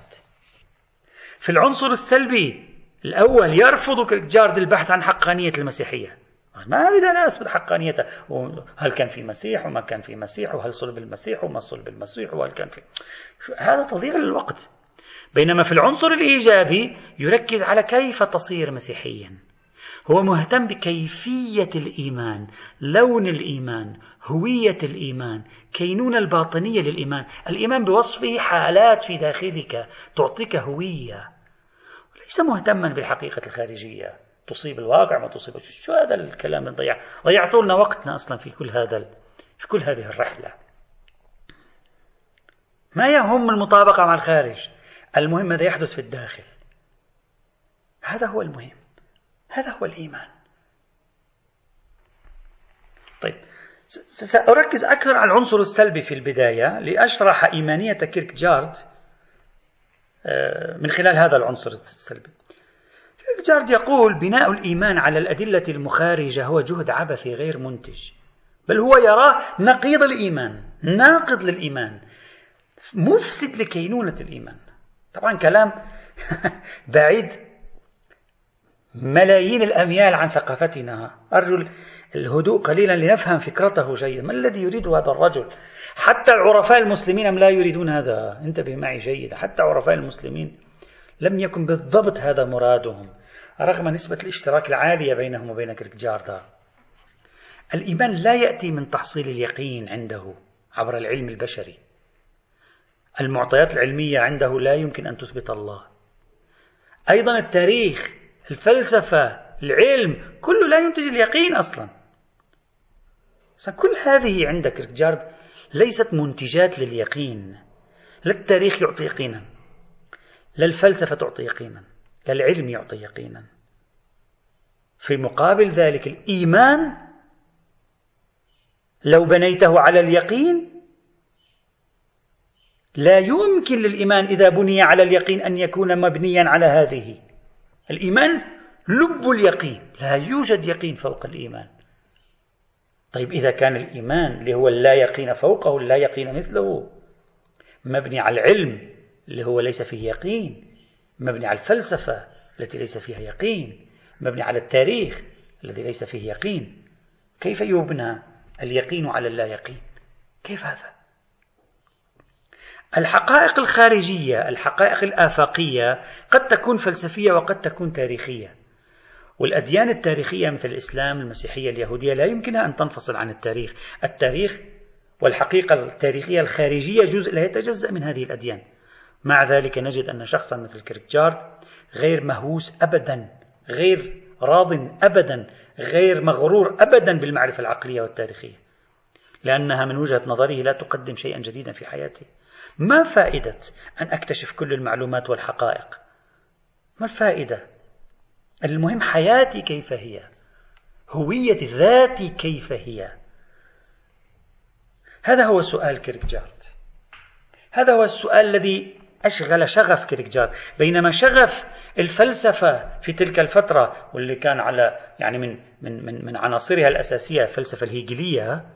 في العنصر السلبي الأول يرفض كيركجارد البحث عن حقانية المسيحية. ما أريد أن أثبت حقانيته، هل كان في مسيح وما كان في مسيح، وهل صلب المسيح وما صلب المسيح، وهل كان في، هذا تضييع للوقت. بينما في العنصر الإيجابي يركز على كيف تصير مسيحيا، هو مهتم بكيفية الإيمان، لون الإيمان، هوية الإيمان، كينونة الباطنية للإيمان. الإيمان بوصفه حالات في داخلك تعطيك هوية، ليس مهتما بالحقيقة الخارجية تصيب الواقع ما تصيب. شو هذا الكلام الضيع؟ ضيعتوا لنا وقتنا أصلا في كل هذا في كل هذه الرحلة. ما يهم المطابقة مع الخارج، المهم ماذا يحدث في الداخل. هذا هو المهم، هذا هو الإيمان. طيب، سأركز أكثر على العنصر السلبي في البداية لأشرح إيمانية كيركجارد من خلال هذا العنصر السلبي. كيركجارد يقول بناء الإيمان على الأدلة المخارجة هو جهد عبثي غير منتج، بل هو يراه نقيض الإيمان، ناقض للإيمان. مفسد لكينونة الإيمان. طبعا كلام بعيد ملايين الأميال عن ثقافتنا. أرجو الهدوء قليلا لنفهم فكرته جيدا. ما الذي يريد هذا الرجل؟ حتى العرفاء المسلمين لا يريدون هذا. انتبه معي جيدا، حتى عرفاء المسلمين لم يكن بالضبط هذا مرادهم، رغم نسبة الاشتراك العالية بينهم وبين كيركجارد. الإيمان لا يأتي من تحصيل اليقين عنده عبر العلم البشري. المعطيات العلمية عنده لا يمكن أن تثبت الله. أيضا التاريخ، الفلسفة، العلم، كله لا ينتج اليقين أصلا. كل هذه عند كيركجارد ليست منتجات لليقين. لا التاريخ يعطي يقينا، لا الفلسفة تعطي يقينا، لا العلم يعطي يقينا. في مقابل ذلك الإيمان لو بنيته على اليقين، لا يمكن للإيمان إذا بني على اليقين أن يكون مبنيا على هذه. الإيمان لب اليقين، لا يوجد يقين فوق الإيمان. طيب إذا كان الإيمان اللي هو اللا يقين فوقه، اللا يقين مثله، مبني على العلم اللي هو ليس فيه يقين، مبني على الفلسفة التي ليس فيها يقين، مبني على التاريخ الذي ليس فيه يقين، كيف يبنى اليقين على اللا يقين؟ كيف هذا؟ الحقائق الخارجية، الحقائق الآفاقية قد تكون فلسفية وقد تكون تاريخية. والأديان التاريخية مثل الإسلام، المسيحية، اليهودية لا يمكنها أن تنفصل عن التاريخ. التاريخ والحقيقة التاريخية الخارجية جزء لا يتجزأ من هذه الأديان. مع ذلك نجد أن شخصا مثل كيركجارد غير مهووس أبدا، غير راض أبدا، غير مغرور أبدا بالمعرفة العقلية والتاريخية، لأنها من وجهة نظره لا تقدم شيئا جديدا في حياته. ما فائدة أن أكتشف كل المعلومات والحقائق؟ ما الفائدة؟ المهم حياتي كيف هي، هوية ذاتي كيف هي. هذا هو سؤال كيركجارد، هذا هو السؤال الذي أشغل شغف كيركجارد. بينما شغف الفلسفة في تلك الفترة، واللي كان على يعني من من من, من عناصرها الأساسية الفلسفة الهيجلية،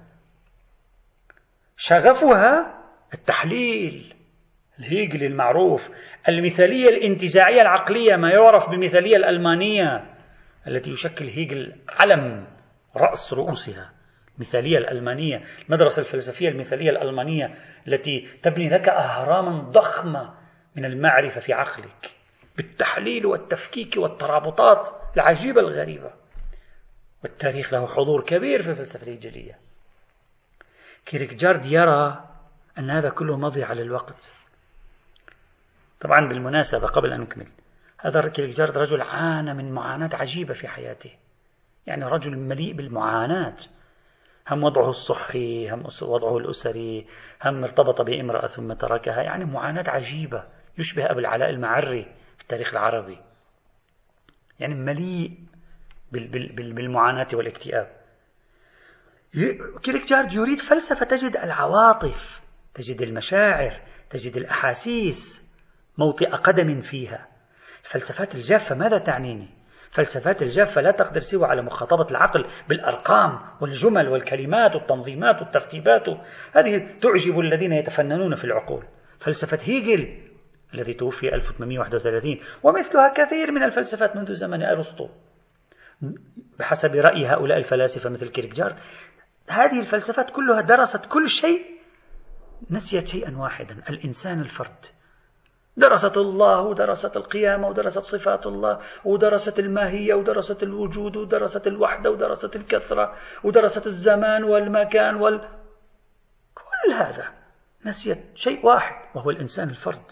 شغفها التحليل الهيجلي المعروف، المثالية الانتزاعية العقلية، ما يعرف بالمثالية الألمانية التي يشكل هيجل علم رأس رؤوسها. المثالية الألمانية، المدرسة الفلسفية المثالية الألمانية التي تبني لك أهراما ضخمة من المعرفة في عقلك بالتحليل والتفكيك والترابطات العجيبة الغريبة. والتاريخ له حضور كبير في الفلسفة الهيجلية. كيركجارد يرى أن هذا كله مضي على الوقت. طبعا بالمناسبة قبل أن نكمل، هذا كيركجارد رجل عانى من معاناة عجيبة في حياته، يعني رجل مليء بالمعاناة، هم وضعه الصحي، هم وضعه الأسري، هم ارتبط بامرأة ثم تركها، يعني معاناة عجيبة يشبه أبو العلاء المعري في التاريخ العربي، يعني مليء بالمعاناة والاكتئاب. كيركجارد يريد فلسفة تجد العواطف، تجد المشاعر، تجد الأحاسيس موطئ قدم فيها. الفلسفات الجافة ماذا تعنيني؟ فلسفات الجافة لا تقدر سوى على مخاطبة العقل بالأرقام والجمل والكلمات والتنظيمات والترتيبات، هذه تعجب الذين يتفننون في العقول. فلسفة هيجل الذي توفي ألف وثمانمئة وواحد وثلاثين ومثلها كثير من الفلسفات منذ زمن أرسطو بحسب رأي هؤلاء الفلاسفة مثل كيركجارد، هذه الفلسفات كلها درست كل شيء، نسيت شيئا واحدا: الإنسان الفرد. درست الله ودرست القيامة ودرست صفات الله ودرست الماهية ودرست الوجود ودرست الوحدة ودرست الكثرة ودرست الزمان والمكان وال... كل هذا، نسيت شيء واحد وهو الإنسان الفرد.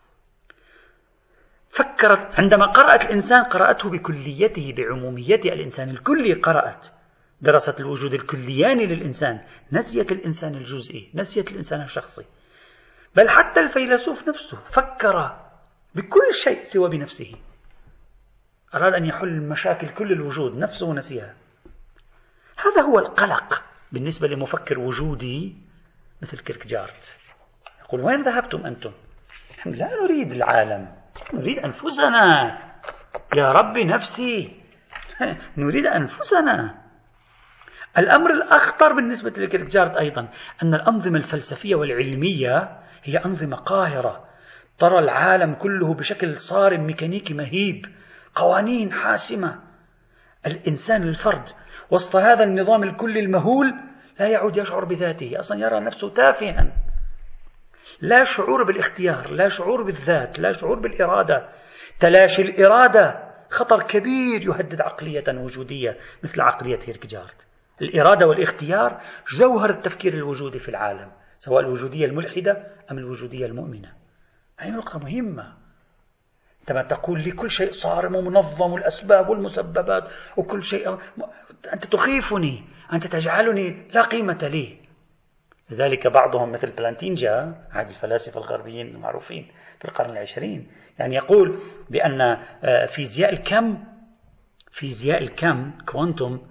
فكرت عندما قرأت الإنسان قرأته بكليته بعموميته، الإنسان الكلي قرأت، درست الوجود الكلياني للإنسان، نسيت الإنسان الجزئي، نسيت الإنسان الشخصي. بل حتى الفيلسوف نفسه فكر بكل شيء سوى بنفسه، أراد أن يحل مشاكل كل الوجود، نفسه نسيها. هذا هو القلق بالنسبة لمفكر وجودي مثل كيركجارد. يقول: وين ذهبتم أنتم؟ نحن لا نريد العالم، نريد أنفسنا. يا رب نفسي، نريد أنفسنا. الأمر الأخطر بالنسبة لكيركجارد أيضا أن الأنظمة الفلسفية والعلمية هي أنظمة قاهرة ترى العالم كله بشكل صارم ميكانيكي مهيب، قوانين حاسمة. الإنسان الفرد وسط هذا النظام الكلي المهول لا يعود يشعر بذاته، أصلا يرى نفسه تافها. لا شعور بالاختيار، لا شعور بالذات، لا شعور بالإرادة. تلاشي الإرادة خطر كبير يهدد عقلية وجودية مثل عقلية كيركجارد. الإرادة والاختيار جوهر التفكير الوجودي في العالم، سواء الوجودية الملحدة أم الوجودية المؤمنة. هذه نقطة مهمة. عندما تقول لي كل شيء صارم ومنظم والأسباب والمسببات وكل شيء، أنت تخيفني، أنت تجعلني لا قيمة لي. لذلك بعضهم مثل بلانتينجا، أحد الفلاسفة الغربيين المعروفين في القرن العشرين، يعني يقول بأن فيزياء الكم فيزياء الكم كوانتوم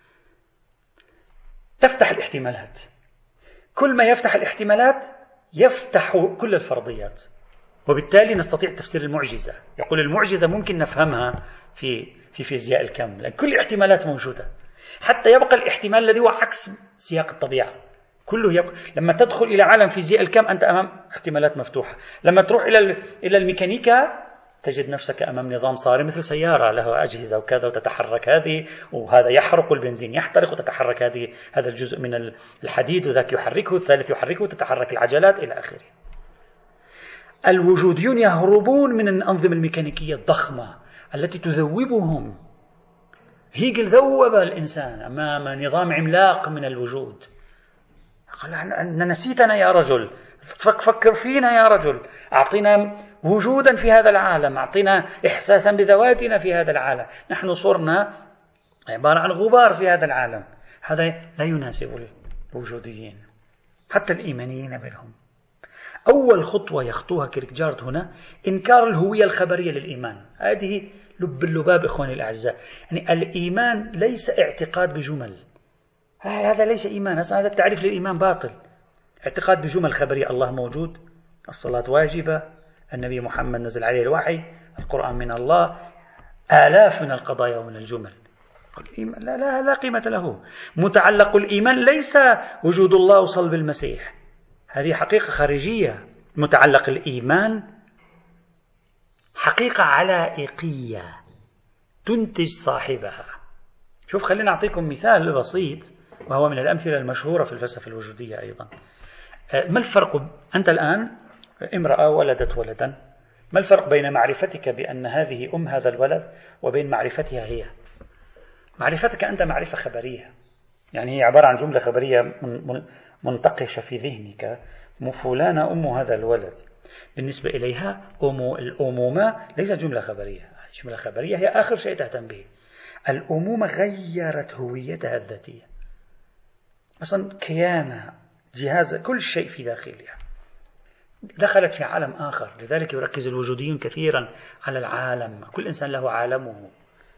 تفتح الاحتمالات. كل ما يفتح الاحتمالات يفتح كل الفرضيات، وبالتالي نستطيع تفسير المعجزة. يقول المعجزة ممكن نفهمها في في فيزياء الكم، لأن كل الاحتمالات موجودة، حتى يبقى الاحتمال الذي هو عكس سياق الطبيعة كله يبقى. لما تدخل إلى عالم فيزياء الكم أنت أمام احتمالات مفتوحة. لما تروح إلى إلى الميكانيكا تجد نفسك أمام نظام صارم مثل سيارة له أجهزة وكذا، وتتحرك هذه وهذا يحرق والبنزين يحترق، وتتحرك هذه هذا الجزء من الحديد وذاك يحركه، الثالث يحركه، وتتحرك العجلات إلى آخره. الوجوديون يهربون من الأنظمة الميكانيكية الضخمة التي تذوبهم. هيجل ذوب الإنسان أمام نظام عملاق من الوجود. قال أن نسيتنا يا رجل، فكر فينا يا رجل، أعطينا وجودا في هذا العالم، أعطينا إحساسا بذواتنا في هذا العالم. نحن صرنا عبارة عن غبار في هذا العالم. هذا لا يناسب الوجوديين حتى الإيمانيين منهم. أول خطوة يخطوها كيركجارد هنا إنكار الهوية الخبرية للإيمان. هذه لب اللباب إخواني الأعزاء. يعني الإيمان ليس اعتقاد بجمل، هذا ليس إيمان، هذا التعريف للإيمان باطل. اعتقاد بجمل خبرية، الله موجود، الصلاة واجبة، النبي محمد نزل عليه الوحي، القرآن من الله، آلاف من القضايا ومن الجمل. لا, لا, لا قيمة له. متعلق الإيمان ليس وجود الله وصلب المسيح، هذه حقيقة خارجية. متعلق الإيمان حقيقة علائقية تنتج صاحبها. شوف، خلينا أعطيكم مثال بسيط وهو من الأمثلة المشهورة في الفلسفة الوجودية أيضا. ما الفرق؟ أنت الآن امرأة ولدت ولدا، ما الفرق بين معرفتك بأن هذه أم هذا الولد وبين معرفتها هي؟ معرفتك أنت معرفة خبرية، يعني هي عبارة عن جملة خبرية منتقشة في ذهنك، فلانة أم هذا الولد. بالنسبة إليها أم الأمومة ليست جملة خبرية، جملة خبرية هي آخر شيء تهتم به. الأمومة غيرت هويتها الذاتية، أصلا كيانها، جهاز، كل شيء في داخلها دخلت في عالم آخر. لذلك يركز الوجوديون كثيرا على العالم، كل إنسان له عالمه،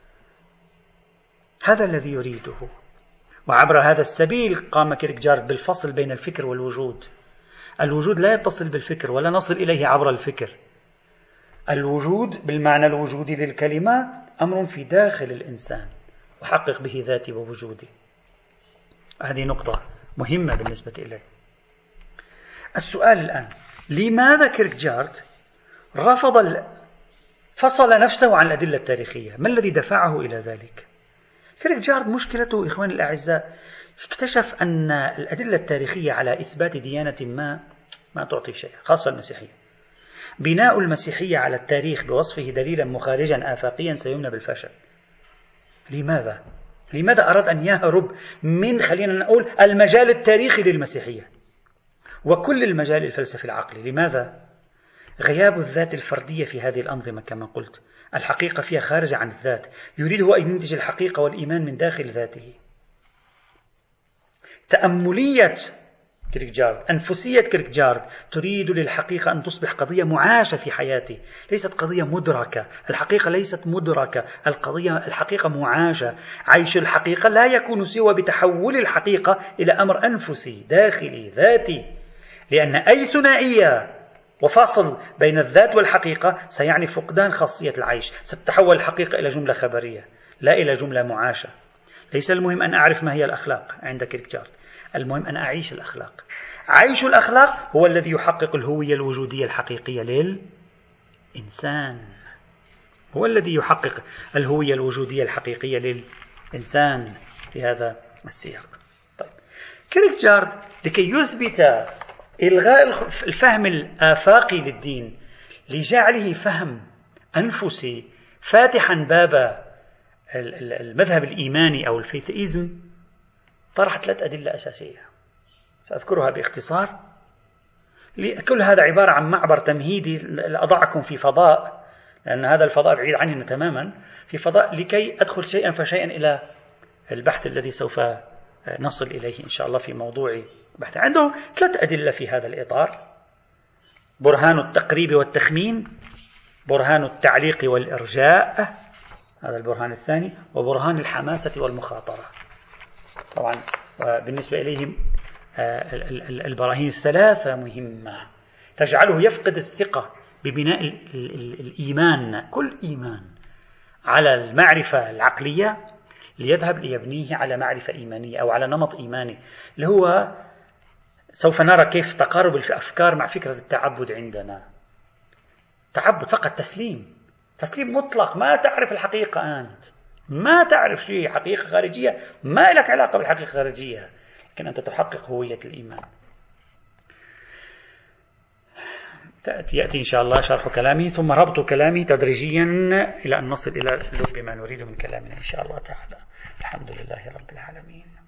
هذا الذي يريده. وعبر هذا السبيل قام كيركجارد بالفصل بين الفكر والوجود. الوجود لا يتصل بالفكر ولا نصل إليه عبر الفكر. الوجود بالمعنى الوجودي للكلمة أمر في داخل الإنسان وحقق به ذاتي ووجودي. هذه نقطة مهمة بالنسبة إليه. السؤال الآن، لماذا كيركجارد رفض فصل نفسه عن الأدلة التاريخية؟ ما الذي دفعه إلى ذلك؟ كيركجارد مشكلته إخواني الأعزاء اكتشف أن الأدلة التاريخية على إثبات ديانة ما ما تعطي شيء، خاصة المسيحية. بناء المسيحية على التاريخ بوصفه دليلا مخارجا آفاقيا سيمنى بالفشل. لماذا؟ لماذا أراد أن يهرب من، خلينا نقول، المجال التاريخي للمسيحية وكل المجال الفلسفي العقلي؟ لماذا؟ غياب الذات الفردية في هذه الأنظمة كما قلت، الحقيقة فيها خارجة عن الذات، يريد هو أن ينتج الحقيقة والإيمان من داخل ذاته. تأملية كيركجارد، أنفسية كيركجارد تريد للحقيقة أن تصبح قضية معاشة في حياته، ليست قضية مدركة. الحقيقة ليست مدركة، القضية الحقيقة معاشة. عيش الحقيقة لا يكون سوى بتحول الحقيقة إلى أمر أنفسي داخلي ذاتي، لأن أي ثنائية وفاصل بين الذات والحقيقة سيعني فقدان خاصية العيش. ستتحول الحقيقة إلى جملة خبرية لا إلى جملة معاشة. ليس المهم أن أعرف ما هي الأخلاق عند كيركجارد، المهم أن أعيش الأخلاق. عيش الأخلاق هو الذي يحقق الهوية الوجودية الحقيقية للإنسان، هو الذي يحقق الهوية الوجودية الحقيقية للإنسان في هذا السياق. طيب، كيركجارد لكي يثبت إلغاء الفهم الآفاقي للدين لجعله فهم أنفسي فاتحا باب المذهب الإيماني أو الفيثئيزم، طرح ثلاث أدلة أساسية سأذكرها باختصار. كل هذا عبارة عن معبر تمهيدي أضعكم في فضاء، لأن هذا الفضاء بعيد عننا تماما، في فضاء لكي أدخل شيئا فشيئا إلى البحث الذي سوف نصل إليه إن شاء الله في موضوع بحث. عنده ثلاث أدلة في هذا الإطار: برهان التقريب والتخمين، برهان التعليق والإرجاء، هذا البرهان الثاني، وبرهان الحماسة والمخاطرة. طبعا بالنسبة إليهم البراهين الثلاثة مهمة تجعله يفقد الثقة ببناء الإيمان، كل إيمان، على المعرفة العقلية ليذهب ليبنيه على معرفة إيمانية أو على نمط إيماني، اللي هو سوف نرى كيف تقارب الأفكار مع فكرة التعبد عندنا. تعبد فقط تسليم، تسليم مطلق، ما تعرف الحقيقة، أنت ما تعرف شيء، حقيقة خارجية ما لك علاقة بالحقيقة الخارجية، لكن أنت تحقق هوية الإيمان. يأتي إن شاء الله شرح كلامي ثم ربط كلامي تدريجيا إلى أن نصل إلى لب ما نريد من كلامنا إن شاء الله تعالى. الحمد لله رب العالمين.